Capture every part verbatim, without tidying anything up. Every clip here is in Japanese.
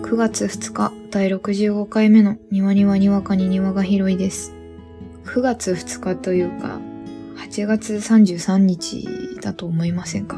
くがつふつかだいろくじゅうごかいめの庭にはにわかに庭が広いです。くがつふつかというかはちがつさんじゅうさんにちだと思いませんか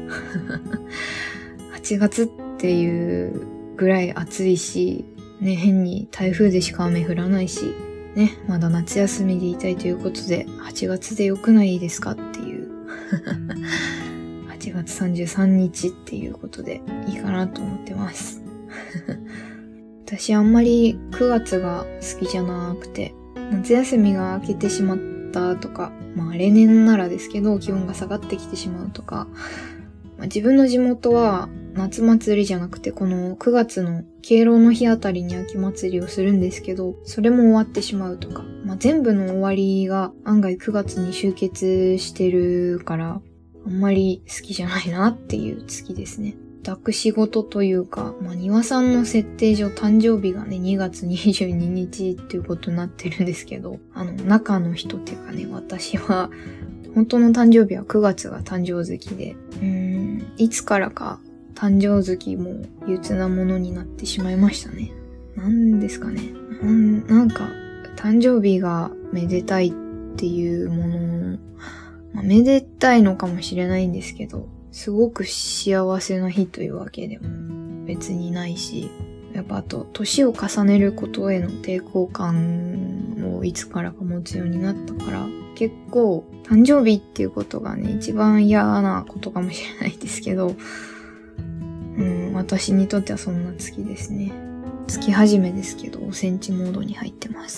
はちがつっていうぐらい暑いし、ね、変に台風でしか雨降らないし、ね、まだ夏休みでいたいということで、はちがつでよくないですかっていうはちがつさんじゅうさんにちっていうことでいいかなと思ってます私あんまりくがつが好きじゃなくて、夏休みが明けてしまったとか、まあ例年ならですけど気温が下がってきてしまうとか、まあ、自分の地元は夏祭りじゃなくてこのくがつの敬老の日あたりに秋祭りをするんですけど、それも終わってしまうとか、まあ、全部の終わりが案外くがつに集結してるからあんまり好きじゃないなっていう月ですね。私事というか、まあ、庭さんの設定上誕生日がねにがつにじゅうににちっていうことになってるんですけど、あの中の人っていうかね、私は本当の誕生日はくがつが誕生月で、うーんいつからか誕生月も憂鬱なものになってしまいましたね。なんですかね。なんなんか誕生日がめでたいっていうもの、まあ、めでたいのかもしれないんですけど、すごく幸せな日というわけでも別にないし、やっぱあと年を重ねることへの抵抗感をいつからか持つようになったから、結構誕生日っていうことがね一番嫌なことかもしれないですけど、うん、私にとってはそんな月ですね。月始めですけどおセンチモードに入ってます。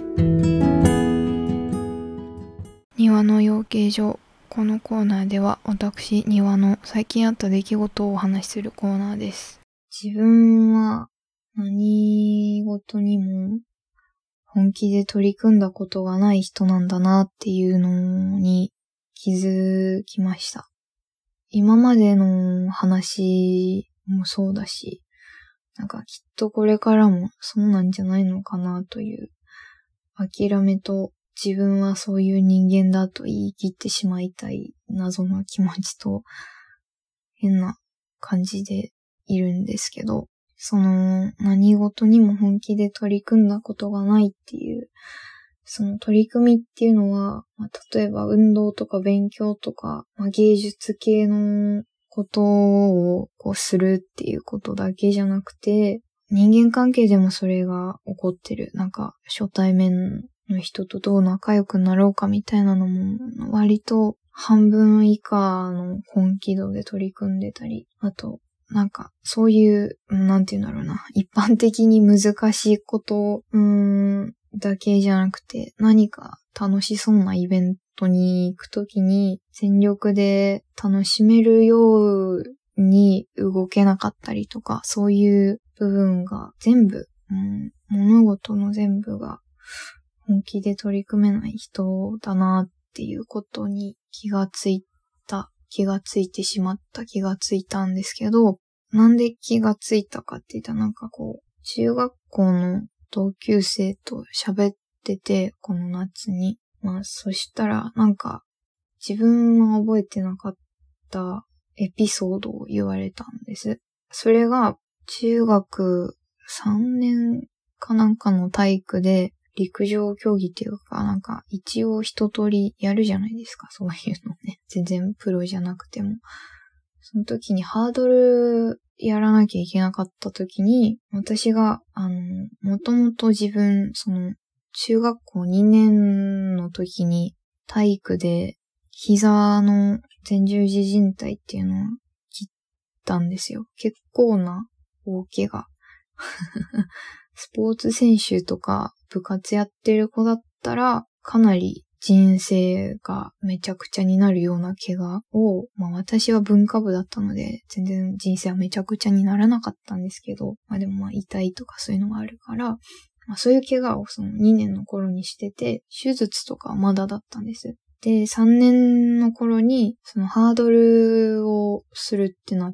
庭の養鶏場。このコーナーでは私庭の最近あった出来事をお話しするコーナーです。自分は何事にも本気で取り組んだことがない人なんだなっていうのに気づきました。今までの話もそうだし、なんかきっとこれからもそうなんじゃないのかなという諦めと、自分はそういう人間だと言い切ってしまいたい謎の気持ちと変な感じでいるんですけど、その何事にも本気で取り組んだことがないっていうその取り組みっていうのは、まあ、例えば運動とか勉強とか、まあ、芸術系のことをこうするっていうことだけじゃなくて、人間関係でもそれが起こってる。なんか初対面の人とどう仲良くなろうかみたいなのも割と半分以下の本気度で取り組んでたり、あとなんかそういうなんていうんだろうな、一般的に難しいことうーんだけじゃなくて、何か楽しそうなイベントに行くときに全力で楽しめるように動けなかったりとか、そういう部分が全部、うん、物事の全部が本気で取り組めない人だなっていうことに気がついた、気がついてしまった気がついたんですけど、なんで気がついたかって言ったらなんかこう、中学校の同級生と喋ってて、この夏に。まあ、そしたら、なんか、自分は覚えてなかったエピソードを言われたんです。それが、中学さんねんかなんかの体育で、陸上競技っていうか、なんか、一応一通りやるじゃないですか、そういうのね。全然プロじゃなくても。その時にハードルやらなきゃいけなかった時に、私が、あの、もともと自分、その、中学校にねんの時に体育で膝の前十字靭帯っていうのを切ったんですよ。結構な大怪我。スポーツ選手とか部活やってる子だったら、かなり人生がめちゃくちゃになるような怪我を、まあ私は文化部だったので、全然人生はめちゃくちゃにならなかったんですけど、まあでもまあ痛いとかそういうのがあるから、まあそういう怪我をそのにねんの頃にしてて、手術とかはまだだったんです。で、さんねんの頃に、そのハードルをするってなって、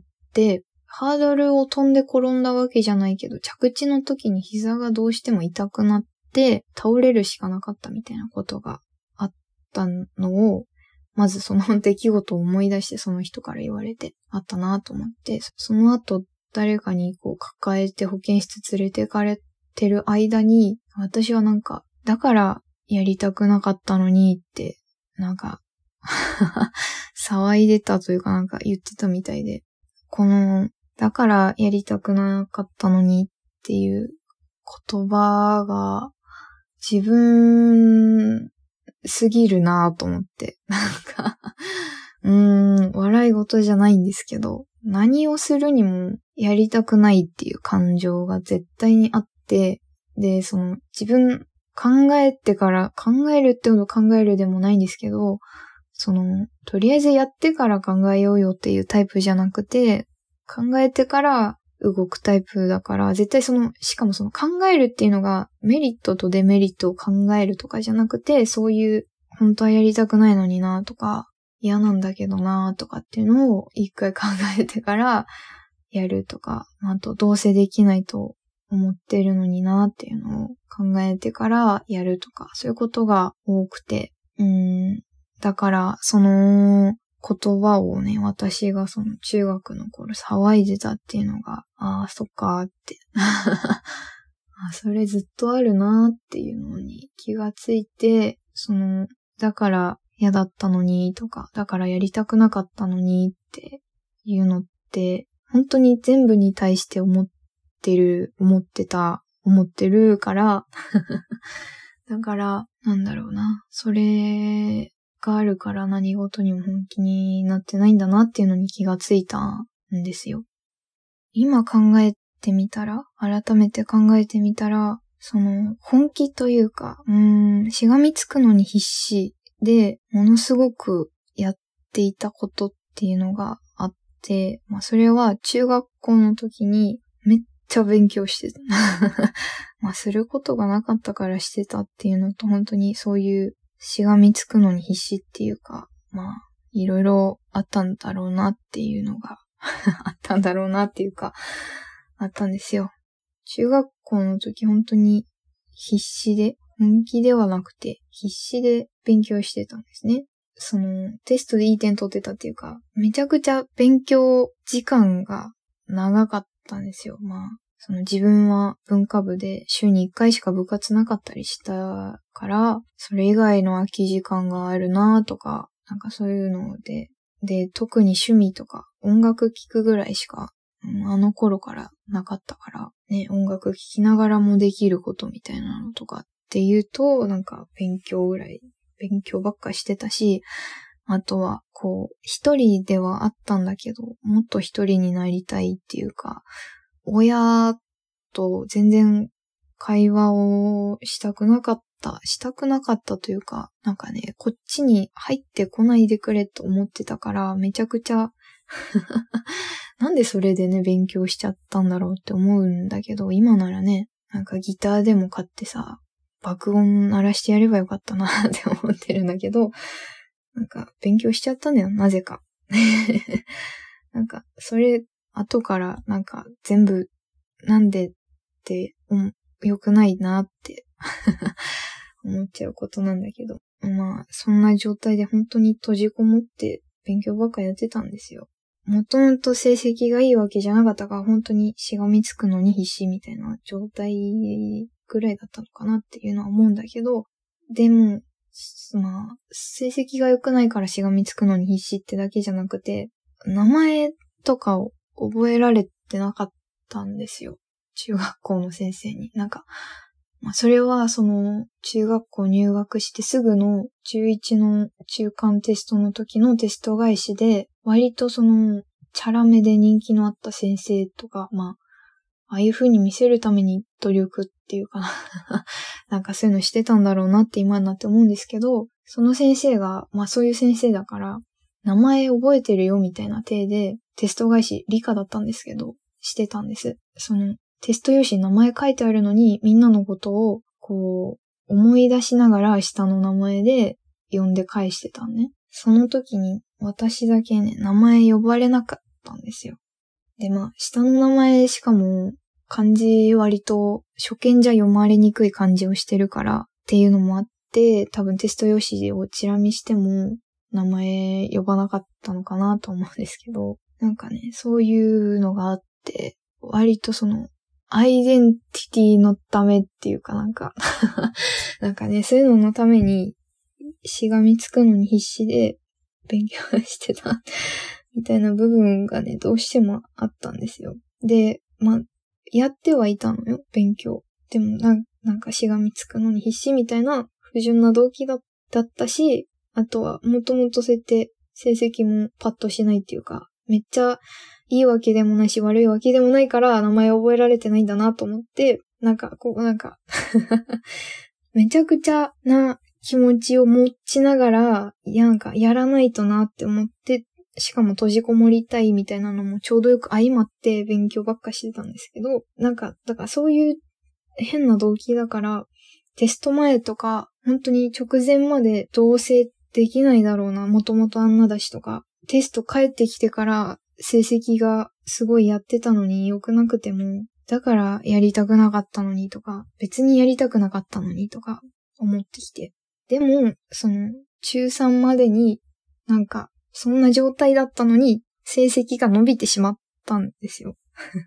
ハードルを飛んで転んだわけじゃないけど、着地の時に膝がどうしても痛くなって、倒れるしかなかったみたいなことがあったのを、まずその出来事を思い出してその人から言われてあったなと思って、その後誰かにこう抱えて保健室連れてかれてる間に、私はなんか、だからやりたくなかったのにって、なんか、騒いでたというかなんか言ってたみたいで、この、だからやりたくなかったのにっていう言葉が自分すぎるなぁと思って、なんか、うーん、笑い事じゃないんですけど、何をするにもやりたくないっていう感情が絶対にあって、で、その自分考えてから考えるってほど考えるでもないんですけど、その、とりあえずやってから考えようよっていうタイプじゃなくて、考えてから動くタイプだから、絶対その、しかもその考えるっていうのがメリットとデメリットを考えるとかじゃなくて、そういう本当はやりたくないのになとか、嫌なんだけどなとかっていうのを一回考えてからやるとか、あとどうせできないと思ってるのになっていうのを考えてからやるとか、そういうことが多くて、うーん、だからその言葉をね、私がその中学の頃騒いでたっていうのが、ああ、そっかーって。あ、それずっとあるなーっていうのに気がついて、その、だから嫌だったのにとか、だからやりたくなかったのにっていうのって、本当に全部に対して思ってる、思ってた、思ってるから、だから、なんだろうな、それがあるから何事にも本気になってないんだなっていうのに気がついたんですよ。今考えてみたら、改めて考えてみたら、その本気というか、うーん、しがみつくのに必死で、ものすごくやっていたことっていうのがあって、まあそれは中学校の時にめっちゃ勉強してた。まあすることがなかったからしてたっていうのと、本当にそういうしがみつくのに必死っていうか、まあいろいろあったんだろうなっていうのがあったんだろうなっていうか、あったんですよ。中学校の時本当に必死で、本気ではなくて必死で勉強してたんですね。そのテストでいい点取ってたっていうか、めちゃくちゃ勉強時間が長かったんですよ。まあ、その自分は文化部で週にいっかいしか部活なかったりしたから、それ以外の空き時間があるなとか、なんかそういうので、で、特に趣味とか音楽聴くぐらいしか、あの頃からなかったから、ね、音楽聴きながらもできることみたいなのとかっていうと、なんか勉強ぐらい、勉強ばっかしてたし、あとは、こう、一人ではあったんだけど、もっと一人になりたいっていうか、親と全然会話をしたくなかった、したくなかったというか、なんかね、こっちに入ってこないでくれと思ってたから、めちゃくちゃ、なんでそれでね、勉強しちゃったんだろうって思うんだけど、今ならね、なんかギターでも買ってさ、爆音鳴らしてやればよかったなって思ってるんだけど、なんか勉強しちゃったんだよ、なぜか。なんか、それ、後からなんか全部、なんでって、うん、良くないなって思っちゃうことなんだけど。まあ、そんな状態で本当に閉じこもって勉強ばっかやってたんですよ。もともと成績がいいわけじゃなかったから、本当にしがみつくのに必死みたいな状態ぐらいだったのかなっていうのは思うんだけど、でも、まあ、成績が良くないからしがみつくのに必死ってだけじゃなくて、名前とかを覚えられてなかったんですよ。中学校の先生に。なんか、まあ、それはその中学校入学してすぐの中いちの中間テストの時のテスト返しで、割とそのチャラめで人気のあった先生とか、まあ、ああいう風に見せるために努力っていうかな。なんかそういうのしてたんだろうなって今になって思うんですけど、その先生が、まあそういう先生だから、名前覚えてるよみたいな体でテスト返し、理科だったんですけど、してたんです。そのテスト用紙に名前書いてあるのに、みんなのことをこう思い出しながら下の名前で呼んで返してたんね。その時に私だけね、名前呼ばれなかったんですよ。で、まあ、下の名前しかも漢字割と初見じゃ読まれにくい漢字をしてるからっていうのもあって、多分テスト用紙をチラ見しても名前呼ばなかったのかなと思うんですけど、なんかね、そういうのがあって、 割とその、アイデンティティのためっていうかなんか、なんかね、そういうののために、しがみつくのに必死で勉強してた、みたいな部分がね、どうしてもあったんですよ。で、まあ、やってはいたのよ、勉強。でもな、なんかしがみつくのに必死みたいな不純な動機だったし、あとはもともとそうやって成績もパッとしないっていうか、めっちゃいいわけでもないし悪いわけでもないから名前覚えられてないんだなと思って、なんかこうなんかめちゃくちゃな気持ちを持ちながら、いやなんかやらないとなって思って、しかも閉じこもりたいみたいなのもちょうどよく相まって勉強ばっかしてたんですけど、なんか、だからそういう変な動機だから、テスト前とか、本当に直前までどうせできないだろうな、もともとあんなだしとか、テスト帰ってきてから成績がすごいやってたのに良くなくても、だからやりたくなかったのにとか、別にやりたくなかったのにとか思ってきて。でも、その、中さんまでになんか、そんな状態だったのに、成績が伸びてしまったんですよ。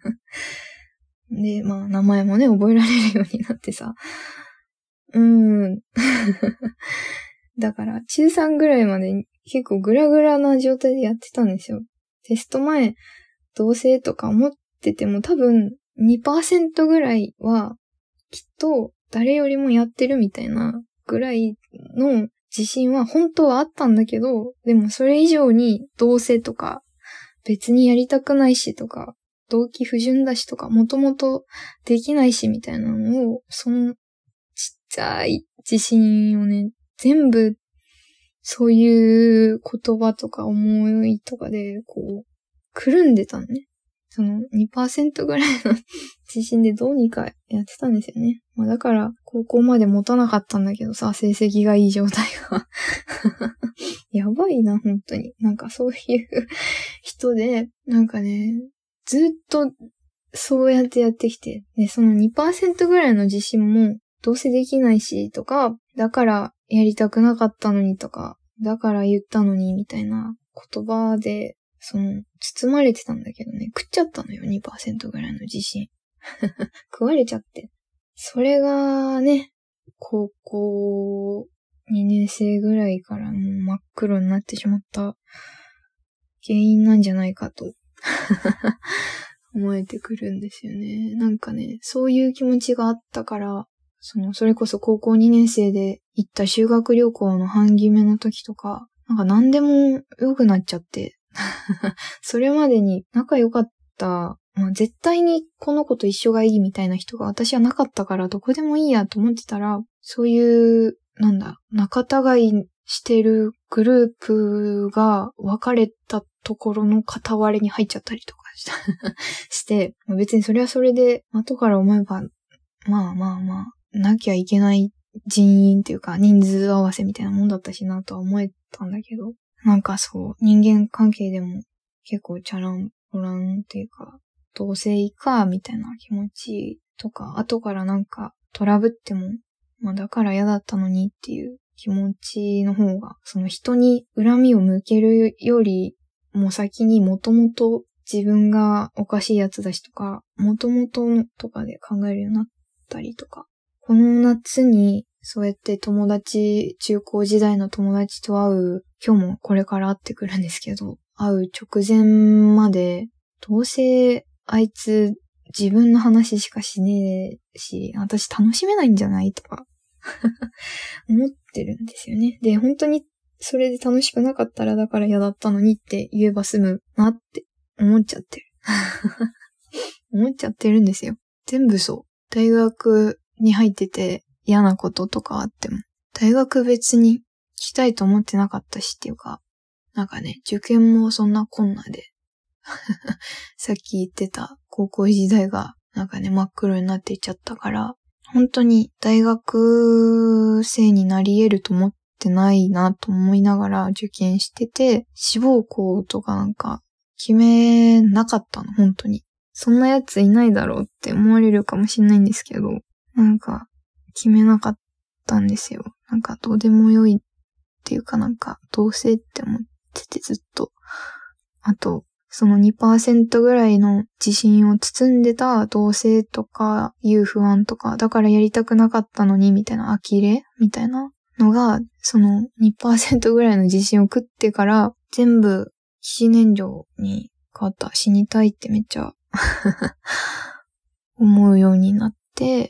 で、まあ、名前もね、覚えられるようになってさ。うーん。だから、中さんぐらいまで結構グラグラな状態でやってたんですよ。テスト前、どうせとか思ってても多分 にパーセント ぐらいは、きっと誰よりもやってるみたいなぐらいの自信は本当はあったんだけど、でもそれ以上にどうせとか、別にやりたくないしとか、動機不純だしとか、もともとできないしみたいなのを、そのちっちゃい自信をね、全部そういう言葉とか思いとかで、こう、くるんでたのね。その にパーセント ぐらいの自信でどうにかやってたんですよね。まあだから、高校まで持たなかったんだけどさ、成績がいい状態が。やばいな、本当に。なんかそういう人で、なんかね、ずっとそうやってやってきて、で、その にパーセント ぐらいの自信も、どうせできないし、とか、だからやりたくなかったのにとか、だから言ったのに、みたいな言葉で、その、包まれてたんだけどね、食っちゃったのよ、にパーセント ぐらいの自信。食われちゃって。それがね、高校にねん生ぐらいからもう真っ黒になってしまった原因なんじゃないかと思えてくるんですよね。なんかね、そういう気持ちがあったから、その、それこそ高校にねん生で行った修学旅行の半決めの時とか、なんか何でも良くなっちゃって、それまでに仲良かった、まあ、絶対にこの子と一緒がいいみたいな人が私はなかったからどこでもいいやと思ってたら、そういう、なんだ、仲違いしてるグループが別れたところの片割れに入っちゃったりとかしたして、別にそれはそれで後から思えば、まあまあまあ、なきゃいけない人員っていうか人数合わせみたいなもんだったしなとは思えたんだけど、なんかそう、人間関係でも結構チャランポランっていうか、同性かみたいな気持ちとか、後からなんかトラブっても、まあだから嫌だったのにっていう気持ちの方が、その人に恨みを向けるよりも先にもともと自分がおかしいやつだしとか、もともととかで考えるようになったりとか、この夏にそうやって友達、中高時代の友達と会う、今日もこれから会ってくるんですけど、会う直前まで、どうせあいつ自分の話しかしねえし、私楽しめないんじゃないとか思ってるんですよね。で、本当にそれで楽しくなかったらだから嫌だったのにって言えば済むなって思っちゃってる。思っちゃってるんですよ。全部そう。大学に入ってて嫌なこととかあっても、大学別に来たいと思ってなかったしっていうか、なんかね、受験もそんなこんなで、さっき言ってた高校時代がなんかね、真っ黒になっていっちゃったから、本当に大学生になり得ると思ってないなと思いながら受験してて、志望校とかなんか決めなかったの、本当に。そんなやついないだろうって思われるかもしれないんですけど、なんか決めなかったんですよ。なんかどうでもよいっていうかなんかどうせって思っててずっと。あと、 その にパーセント ぐらいの自信を包んでた同性とかいう不安とか、だからやりたくなかったのにみたいな呆れみたいなのが、その にパーセント ぐらいの自信を食ってから全部起死燃料に変わった。死にたいってめっちゃ思うようになって、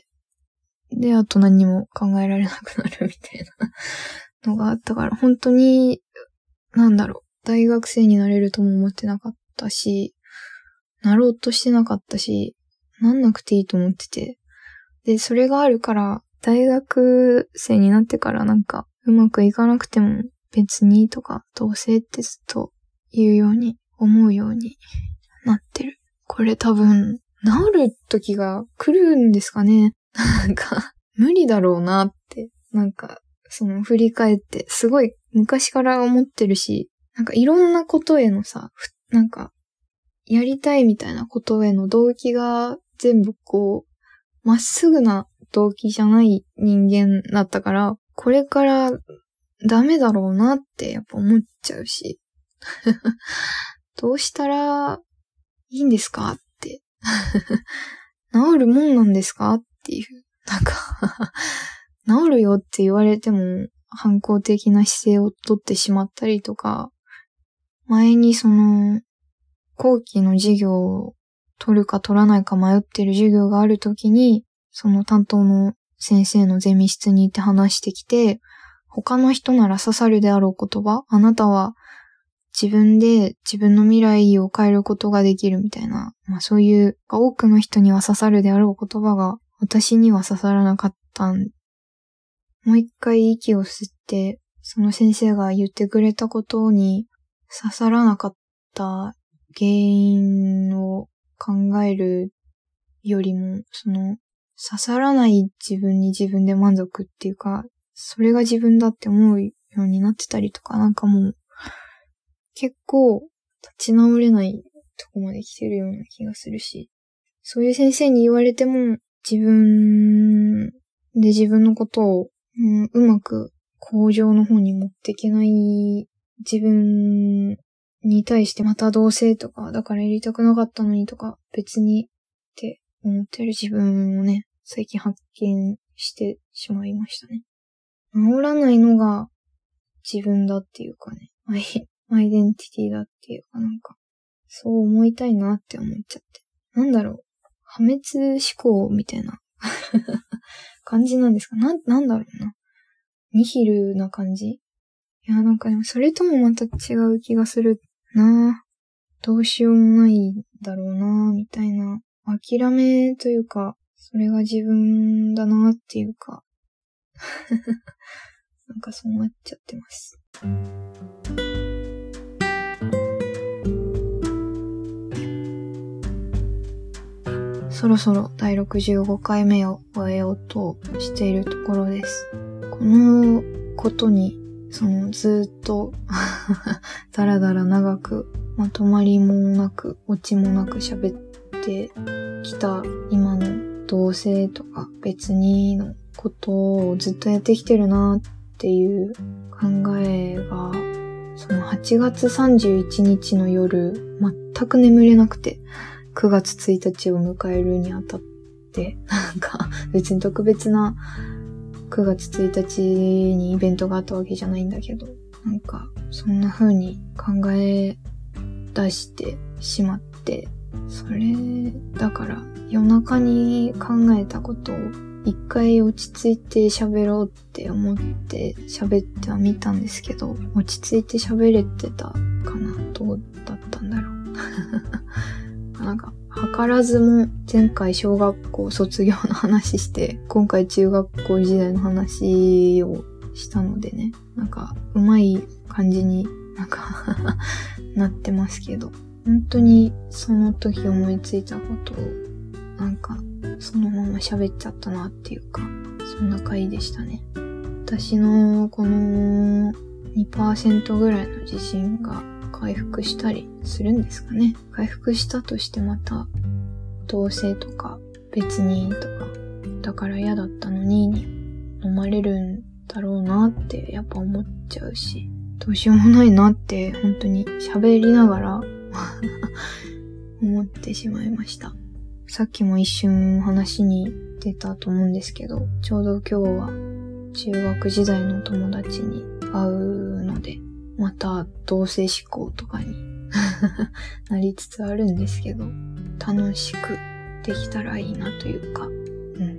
で、あと何にも考えられなくなるみたいなのがあったから、本当に、なんだろう、大学生になれるとも思ってなかったし、なろうとしてなかったし、なんなくていいと思ってて。で、それがあるから、大学生になってからなんか、うまくいかなくても別にとか、どうせってずっと言うように、思うようになってる。これ多分、治る時が来るんですかね。なんか、無理だろうなって、なんか、その振り返って、すごい昔から思ってるし、なんかいろんなことへのさ、なんか、やりたいみたいなことへの動機が全部こう、まっすぐな動機じゃない人間だったから、これからダメだろうなってやっぱ思っちゃうし、どうしたらいいんですかって。治るもんなんですかっていう。なんか、治るよって言われても反抗的な姿勢をとってしまったりとか、前にその、後期の授業を取るか取らないか迷ってる授業があるときに、その担当の先生のゼミ室に行って話してきて、他の人なら刺さるであろう言葉、あなたは自分で自分の未来を変えることができるみたいな、まあそういう多くの人には刺さるであろう言葉が私には刺さらなかったん。もう一回息を吸って、その先生が言ってくれたことに刺さらなかった原因を考えるよりも、その刺さらない自分に自分で満足っていうか、それが自分だって思うようになってたりとか、なんかもう結構立ち直れないとこまで来てるような気がするし、そういう先生に言われても自分で自分のことを、うん、うまく向上の方に持っていけない自分に対してまた同性とか、だからやりたくなかったのにとか別にって思ってる自分をね、最近発見してしまいましたね。治らないのが自分だっていうかね、アイ、アイデンティティだっていうかなんか、そう思いたいなって思っちゃって。なんだろう、破滅思考みたいな感じなんですか？な、なんだろうな。ニヒルな感じ？いや、なんかでもそれともまた違う気がするな。どうしようもないだろうな、みたいな。諦めというか、それが自分だなっていうか。なんかそうなっちゃってます。そろそろだいろくじゅうごかいめを終えようとしているところです。このことに、そのずっとだらだら長くまとまりもなくオチもなく喋ってきた今の同性とか別にのことをずっとやってきてるなっていう考えが、そのはちがつさんじゅういちにちの夜全く眠れなくて、くがつついたちを迎えるにあたって、なんか別に特別なくがつついたちにイベントがあったわけじゃないんだけど、なんかそんな風に考え出してしまって、それだから夜中に考えたことを一回落ち着いて喋ろうって思って喋ってはみたんですけど、落ち着いて喋れてたかな？どうだったんだろう。なんか図らずも前回小学校卒業の話して、今回中学校時代の話をしたのでね、なんかうまい感じになんかなってますけど、本当にその時思いついたことをなんかそのまま喋っちゃったなっていうか、そんな回でしたね。私のこの にパーセント ぐらいの自信が回復したりするんですかね。回復したとしてまた同性とか別にとかだから嫌だったのにに飲まれるんだろうなってやっぱ思っちゃうし、どうしようもないなって本当に喋りながら思ってしまいました。さっきも一瞬話に出たと思うんですけど、ちょうど今日は中学時代の友達に会うので、また同性思考とかになりつつあるんですけど、楽しくできたらいいなというか、うん。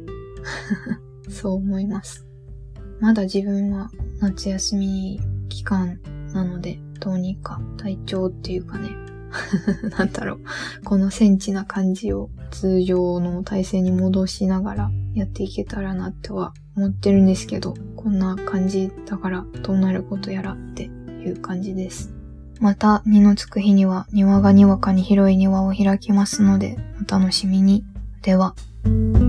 そう思います。まだ自分は夏休み期間なので、どうにか体調っていうかね、なんだろう、このセンチな感じを通常の体勢に戻しながらやっていけたらなっては思ってるんですけど、こんな感じだからどうなることやらっていう感じです。また、二のつく日には庭がにわかに広い庭を開きますので、お楽しみに。では。